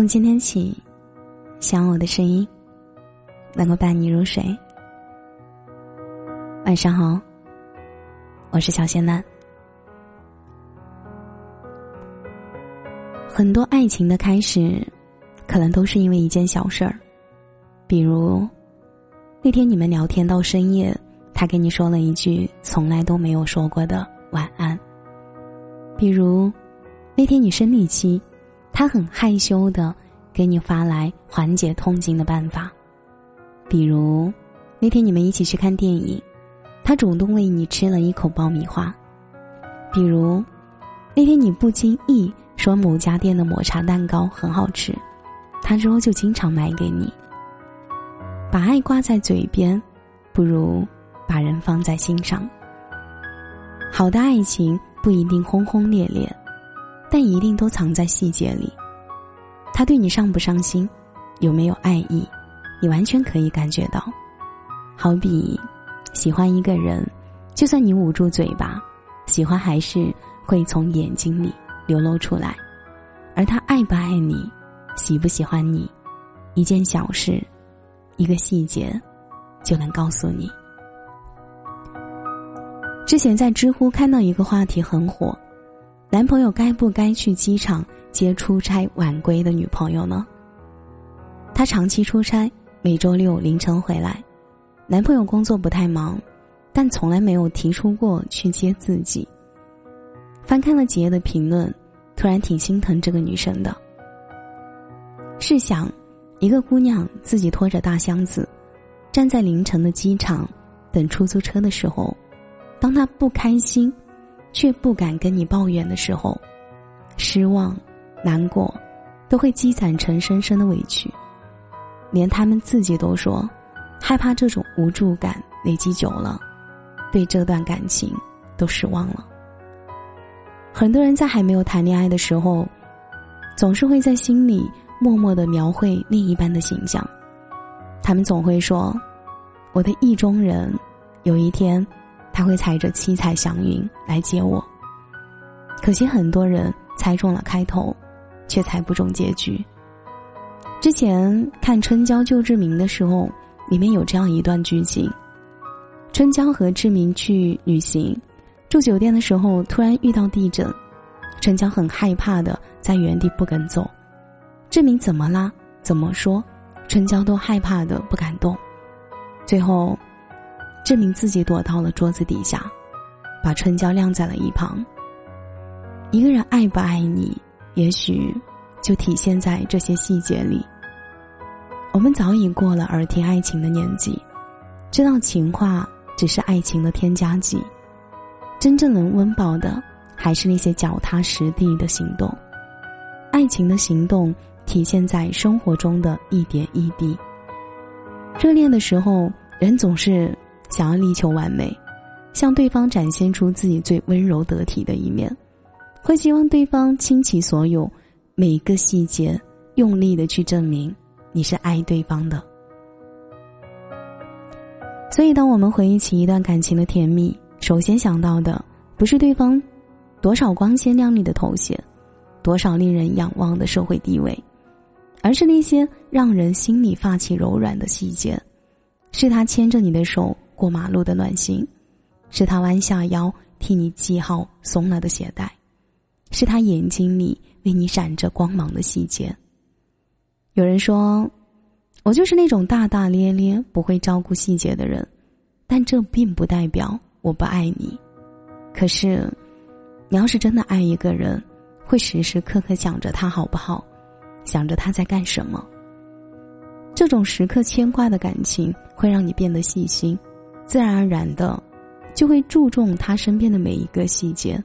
从今天起，希望我的声音能够伴你入睡。晚上好，我是小仙男。很多爱情的开始可能都是因为一件小事儿，比如那天你们聊天到深夜，他给你说了一句从来都没有说过的晚安。比如那天你生理期，他很害羞地给你发来缓解痛经的办法。比如那天你们一起去看电影，他主动喂你吃了一口爆米花。比如那天你不经意说某家店的抹茶蛋糕很好吃，他之后就经常买给你。把爱挂在嘴边，不如把人放在心上。好的爱情不一定轰轰烈烈，但一定都藏在细节里。他对你上不上心，有没有爱意，你完全可以感觉到。好比喜欢一个人，就算你捂住嘴巴，喜欢还是会从眼睛里流露出来。而他爱不爱你，喜不喜欢你，一件小事，一个细节就能告诉你。之前在知乎看到一个话题很火，男朋友该不该去机场接出差晚归的女朋友呢？他长期出差，每周六凌晨回来，男朋友工作不太忙，但从来没有提出过去接自己。翻看了几页的评论，突然挺心疼这个女生的。试想，一个姑娘自己拖着大箱子，站在凌晨的机场等出租车的时候，当她不开心却不敢跟你抱怨的时候，失望难过都会积攒成深深的委屈。连他们自己都说，害怕这种无助感累积久了，对这段感情都失望了。很多人在还没有谈恋爱的时候，总是会在心里默默地描绘另一半的形象。他们总会说，我的意中人有一天他会踩着七彩祥云来接我。可惜很多人猜中了开头，却猜不中结局。之前看《春娇救志明》的时候，里面有这样一段剧情。春娇和志明去旅行，住酒店的时候突然遇到地震，春娇很害怕的在原地不肯走。志明怎么啦？怎么说？春娇都害怕的不敢动。最后志明自己躲到了桌子底下，把春娇晾在了一旁。一个人爱不爱你，也许就体现在这些细节里。我们早已过了耳听爱情的年纪，知道情话只是爱情的添加剂，真正能温饱的还是那些脚踏实地的行动。爱情的行动体现在生活中的一点一滴。热恋的时候，人总是想要力求完美，向对方展现出自己最温柔得体的一面，会希望对方倾其所有，每一个细节用力地去证明你是爱对方的。所以当我们回忆起一段感情的甜蜜，首先想到的不是对方多少光鲜亮丽的头衔，多少令人仰望的社会地位，而是那些让人心里发起柔软的细节。是他牵着你的手过马路的暖心，是他弯下腰替你系好松了的鞋带，是他眼睛里为你闪着光芒的细节。有人说，我就是那种大大咧咧不会照顾细节的人，但这并不代表我不爱你。可是你要是真的爱一个人，会时时刻刻想着他好不好，想着他在干什么。这种时刻牵挂的感情会让你变得细心，自然而然的就会注重他身边的每一个细节。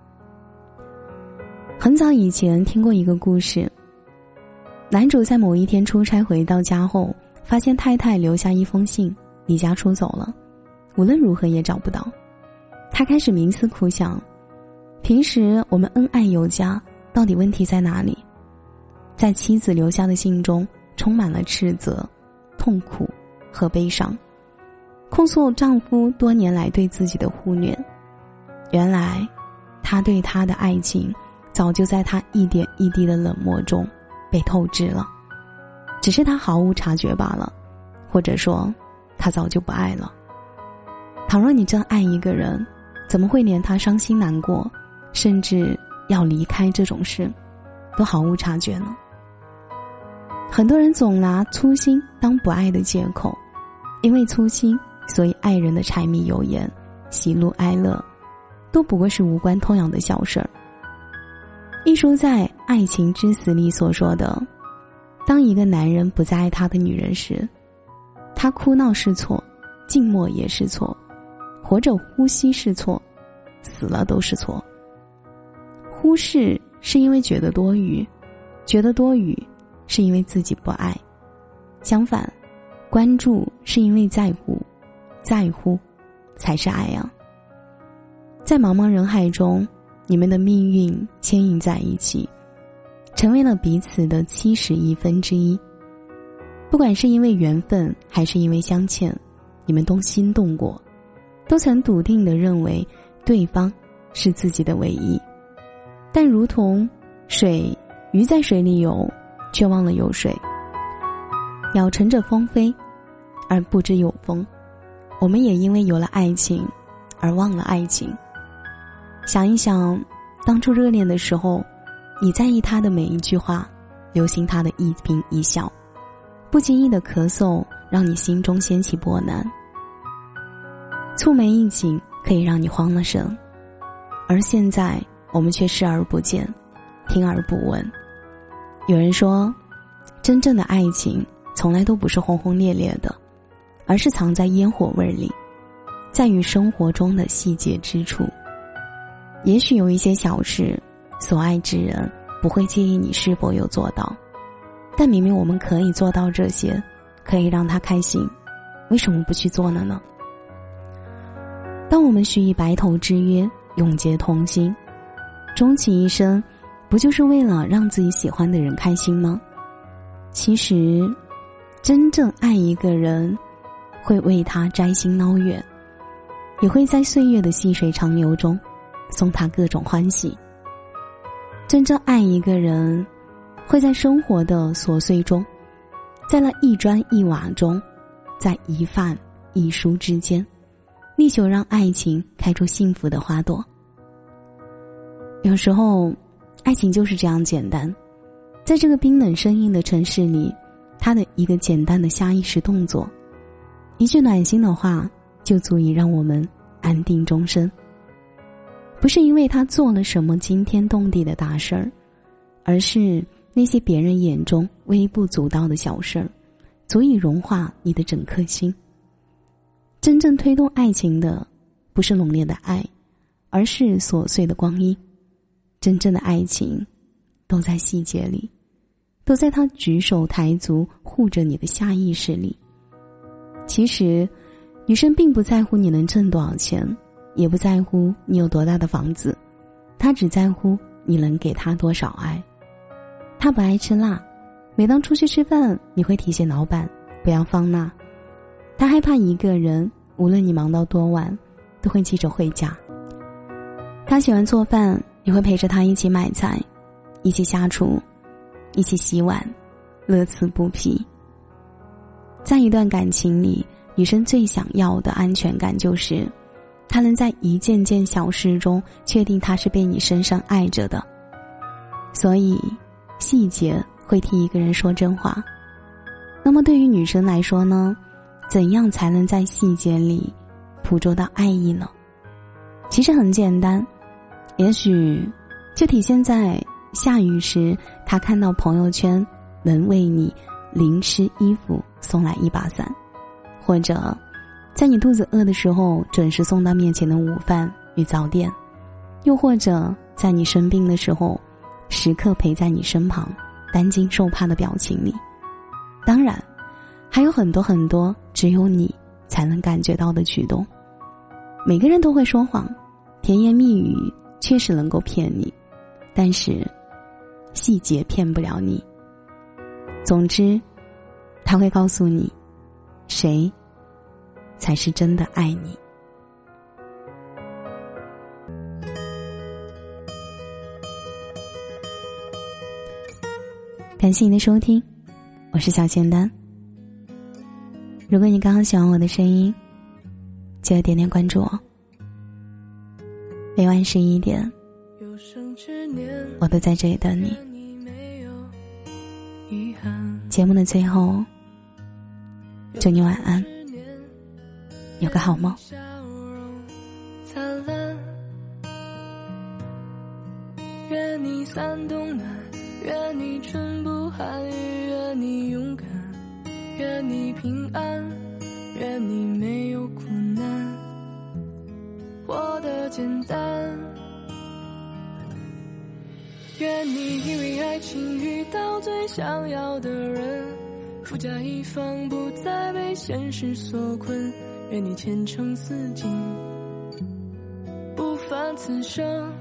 很早以前听过一个故事，男主在某一天出差回到家后，发现太太留下一封信，离家出走了，无论如何也找不到。他开始冥思苦想，平时我们恩爱有加，到底问题在哪里？在妻子留下的信中充满了斥责、痛苦和悲伤，控诉丈夫多年来对自己的忽略。原来他对她的爱情早就在他一点一滴的冷漠中被透支了，只是他毫无察觉罢了，或者说他早就不爱了。倘若你真爱一个人，怎么会连他伤心难过甚至要离开这种事都毫无察觉呢？很多人总拿粗心当不爱的借口，因为粗心，所以爱人的柴米油盐、喜怒哀乐都不过是无关痛痒的小事儿。一书在《爱情之死》里所说的，当一个男人不再爱他的女人时，他哭闹是错，静默也是错，活着呼吸是错，死了都是错。忽视是因为觉得多余，觉得多余是因为自己不爱。相反，关注是因为在乎，在乎才是爱啊。在茫茫人海中，你们的命运牵引在一起，成为了彼此的1/71。不管是因为缘分还是因为相欠，你们都心动过，都曾笃定地认为对方是自己的唯一。但如同水，鱼在水里游，却忘了有水；鸟乘着风飞，而不知有风。我们也因为有了爱情而忘了爱情。想一想，当初热恋的时候，你在意他的每一句话，留心他的一颦一笑，不经意的咳嗽让你心中掀起波澜，蹙眉一紧可以让你慌了神。而现在我们却视而不见，听而不闻。有人说，真正的爱情从来都不是轰轰烈烈的，而是藏在烟火味里，在于生活中的细节之处。也许有一些小事，所爱之人不会介意你是否有做到，但明明我们可以做到这些，可以让他开心，为什么不去做了呢？当我们许以白头之约，永结同心，终其一生，不就是为了让自己喜欢的人开心吗？其实真正爱一个人，会为他摘星捞月，也会在岁月的细水长流中送他各种欢喜。真正爱一个人，会在生活的琐碎中，在那一砖一瓦中，在一饭一书之间，力求让爱情开出幸福的花朵。有时候爱情就是这样简单，在这个冰冷生硬的城市里，他的一个简单的下意识动作，一句暖心的话，就足以让我们安定终身。不是因为他做了什么惊天动地的大事儿，而是那些别人眼中微不足道的小事儿，足以融化你的整颗心。真正推动爱情的，不是浓烈的爱，而是琐碎的光阴。真正的爱情都在细节里，都在他举手抬足护着你的下意识里。其实女生并不在乎你能挣多少钱，也不在乎你有多大的房子，她只在乎你能给她多少爱。她不爱吃辣，每当出去吃饭，你会提醒老板不要放辣。她害怕一个人，无论你忙到多晚，都会记着回家。她喜欢做饭，你会陪着她一起买菜，一起下厨，一起洗碗，乐此不疲。在一段感情里，女生最想要的安全感就是她能在一件件小事中确定她是被你深深爱着的。所以细节会替一个人说真话。那么对于女生来说呢，怎样才能在细节里捕捉到爱意呢？其实很简单，也许就体现在下雨时他看到朋友圈能为你淋湿衣服送来一把伞，或者在你肚子饿的时候准时送到面前的午饭与早点，又或者在你生病的时候时刻陪在你身旁，担惊受怕的表情里。当然还有很多很多只有你才能感觉到的举动。每个人都会说谎，甜言蜜语确实能够骗你，但是细节骗不了你。总之他会告诉你谁才是真的爱你。 感谢你的收听，我是小简单。如果你刚好喜欢我的声音，记得点点关注我。每晚11点，我都在这里等你。节目的最后，祝你晚安，有个好梦。 愿你伞冬暖，愿你春不寒，愿你勇敢，愿你平安，愿你没有苦难，活得简单。愿你因为爱情遇到最想要的人，富甲一方，不再被现实所困。愿你前程似锦，不凡此生。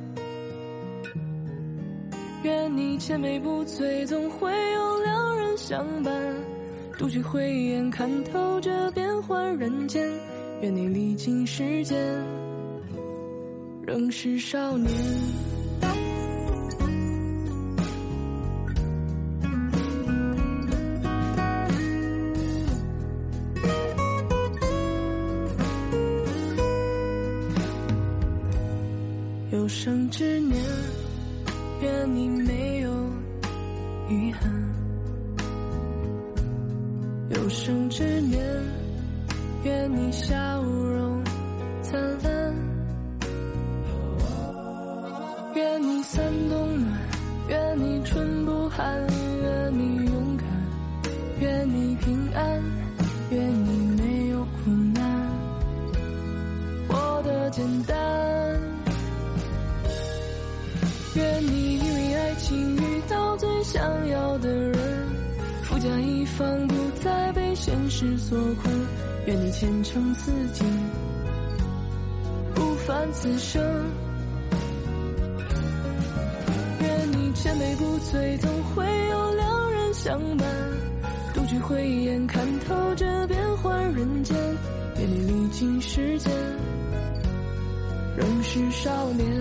愿你千杯不醉，总会有两人相伴，独具慧眼，看透这变幻人间。愿你历经时间，仍是少年。有生之年，愿你没有遗憾。有生之年，愿你笑容灿烂。愿你伞冬暖，愿你春不寒，愿你勇敢，愿你平安，愿你没有苦难，活得简单。愿你因为爱情遇到最想要的人，富甲一方，不再被现实所困。愿你前程似锦，不凡此生。愿你千杯不醉，总会有两人相伴，独具慧眼，看透这变幻人间。愿你历经时间，仍是少年。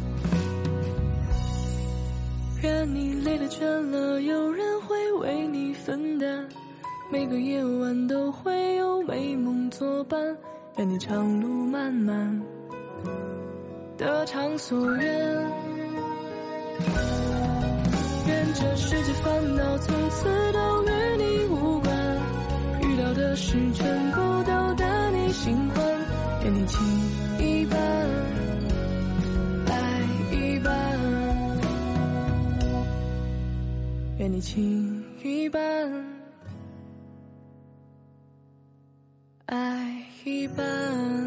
愿你累了倦了，有人会为你分担，每个夜晚都会有美梦作伴。愿你长路漫漫，得偿所愿。愿这世界烦恼从此都与你无关，遇到的事全部都得你心欢。愿你情一半，爱一半。愿你情一半，爱一半。